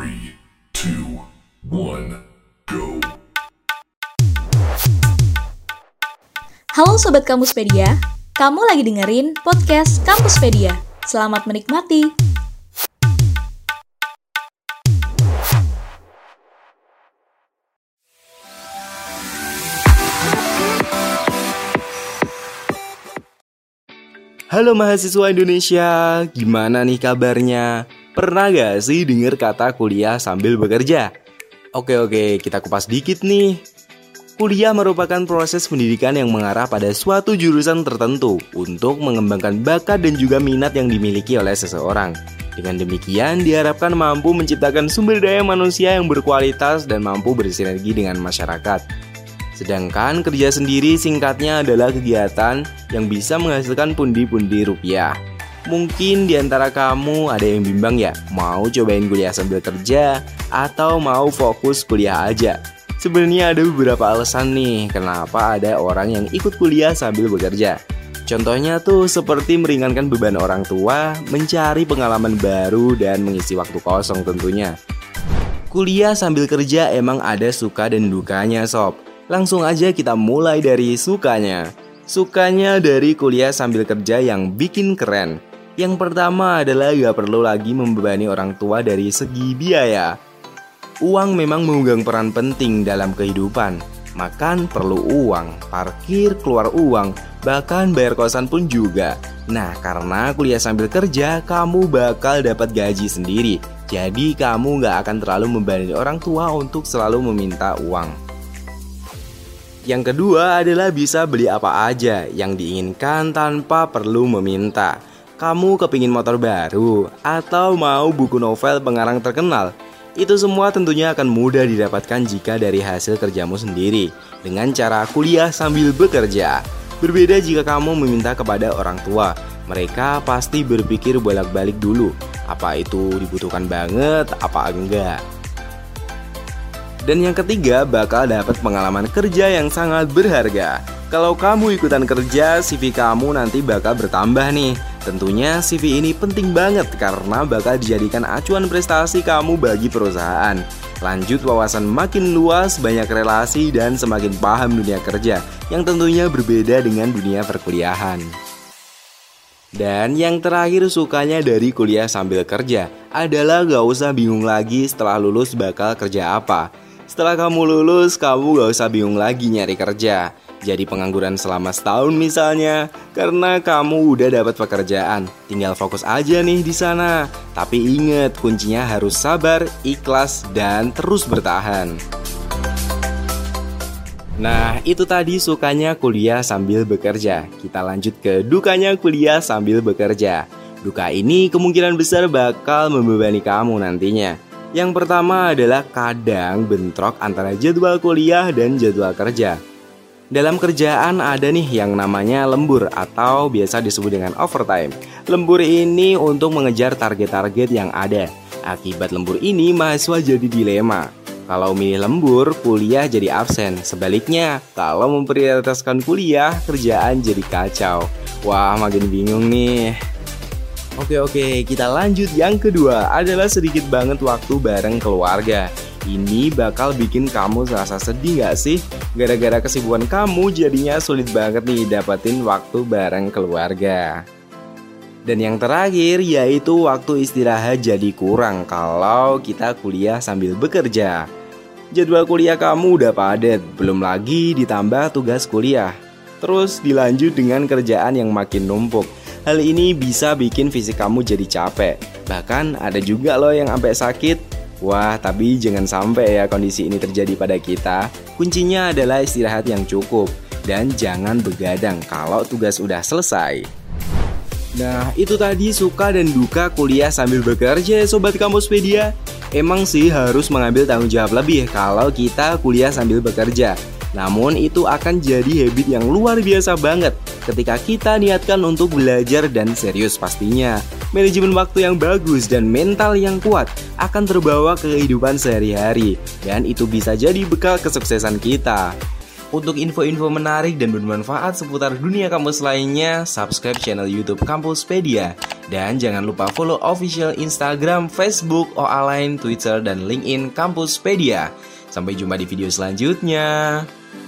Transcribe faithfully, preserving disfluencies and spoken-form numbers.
three, two, one, go. Halo Sobat Kampuspedia, kamu lagi dengerin podcast Kampuspedia. Selamat menikmati. Halo mahasiswa Indonesia, gimana nih kabarnya? Pernah gak sih denger kata kuliah sambil bekerja? Oke oke, kita kupas dikit nih. Kuliah merupakan proses pendidikan yang mengarah pada suatu jurusan tertentu untuk mengembangkan bakat dan juga minat yang dimiliki oleh seseorang. Dengan demikian, diharapkan mampu menciptakan sumber daya manusia yang berkualitas dan mampu bersinergi dengan masyarakat. Sedangkan kerja sendiri singkatnya adalah kegiatan yang bisa menghasilkan pundi-pundi rupiah. Mungkin di antara kamu ada yang bimbang ya, mau cobain kuliah sambil kerja atau mau fokus kuliah aja. Sebenarnya ada beberapa alasan nih kenapa ada orang yang ikut kuliah sambil bekerja. Contohnya tuh seperti meringankan beban orang tua, mencari pengalaman baru dan mengisi waktu kosong tentunya. Kuliah sambil kerja emang ada suka dan dukanya sob. Langsung aja kita mulai dari sukanya. Sukanya dari kuliah sambil kerja yang bikin keren. Yang pertama adalah gak perlu lagi membebani orang tua dari segi biaya. Uang memang memegang peran penting dalam kehidupan. Makan perlu uang, parkir keluar uang, bahkan bayar kosan pun juga. Nah, karena kuliah sambil kerja, kamu bakal dapat gaji sendiri. Jadi kamu gak akan terlalu membebani orang tua untuk selalu meminta uang. Yang kedua adalah bisa beli apa aja yang diinginkan tanpa perlu meminta. Kamu kepingin motor baru atau mau buku novel pengarang terkenal? Itu semua tentunya akan mudah didapatkan jika dari hasil kerjamu sendiri dengan cara kuliah sambil bekerja. Berbeda jika kamu meminta kepada orang tua. Mereka pasti berpikir bolak-balik dulu, apa itu dibutuhkan banget, apa enggak. Dan yang ketiga, bakal dapat pengalaman kerja yang sangat berharga. Kalau kamu ikutan kerja, C V kamu nanti bakal bertambah nih. Tentunya C V ini penting banget karena bakal dijadikan acuan prestasi kamu bagi perusahaan. Lanjut wawasan makin luas, banyak relasi, dan semakin paham dunia kerja yang tentunya berbeda dengan dunia perkuliahan. Dan yang terakhir sukanya dari kuliah sambil kerja adalah gak usah bingung lagi setelah lulus bakal kerja apa. Setelah kamu lulus, kamu gak usah bingung lagi nyari kerja. Jadi pengangguran selama setahun misalnya, karena kamu udah dapat pekerjaan. Tinggal fokus aja nih di sana. Tapi ingat, kuncinya harus sabar, ikhlas, dan terus bertahan. Nah, itu tadi sukanya kuliah sambil bekerja. Kita lanjut ke dukanya kuliah sambil bekerja. Duka ini kemungkinan besar bakal membebani kamu nantinya. Yang pertama adalah kadang bentrok antara jadwal kuliah dan jadwal kerja. Dalam kerjaan ada nih yang namanya lembur atau biasa disebut dengan overtime. Lembur ini untuk mengejar target-target yang ada. Akibat lembur ini mahasiswa jadi dilema. Kalau milih lembur, kuliah jadi absen. Sebaliknya, kalau memprioritaskan kuliah, kerjaan jadi kacau. Wah, makin bingung nih. Oke oke, kita lanjut. Yang kedua adalah sedikit banget waktu bareng keluarga. Ini bakal bikin kamu serasa sedih gak sih? Gara-gara kesibukan kamu jadinya sulit banget nih dapetin waktu bareng keluarga. Dan yang terakhir yaitu waktu istirahat jadi kurang kalau kita kuliah sambil bekerja. Jadwal kuliah kamu udah padat, belum lagi ditambah tugas kuliah. Terus dilanjut dengan kerjaan yang makin numpuk. Hal ini bisa bikin fisik kamu jadi capek. Bahkan ada juga loh yang sampai sakit. Wah, tapi jangan sampai ya kondisi ini terjadi pada kita. Kuncinya adalah istirahat yang cukup. Dan jangan begadang kalau tugas udah selesai. Nah, itu tadi suka dan duka kuliah sambil bekerja, Sobat Kampuspedia. Emang sih harus mengambil tanggung jawab lebih kalau kita kuliah sambil bekerja. Namun itu akan jadi habit yang luar biasa banget ketika kita niatkan untuk belajar dan serius pastinya. Manajemen waktu yang bagus dan mental yang kuat akan terbawa ke kehidupan sehari-hari. Dan itu bisa jadi bekal kesuksesan kita. Untuk info-info menarik dan bermanfaat seputar dunia kampus lainnya, subscribe channel YouTube Kampuspedia. Dan jangan lupa follow official Instagram, Facebook, O A Line, Twitter, dan LinkedIn Kampuspedia. Sampai jumpa di video selanjutnya.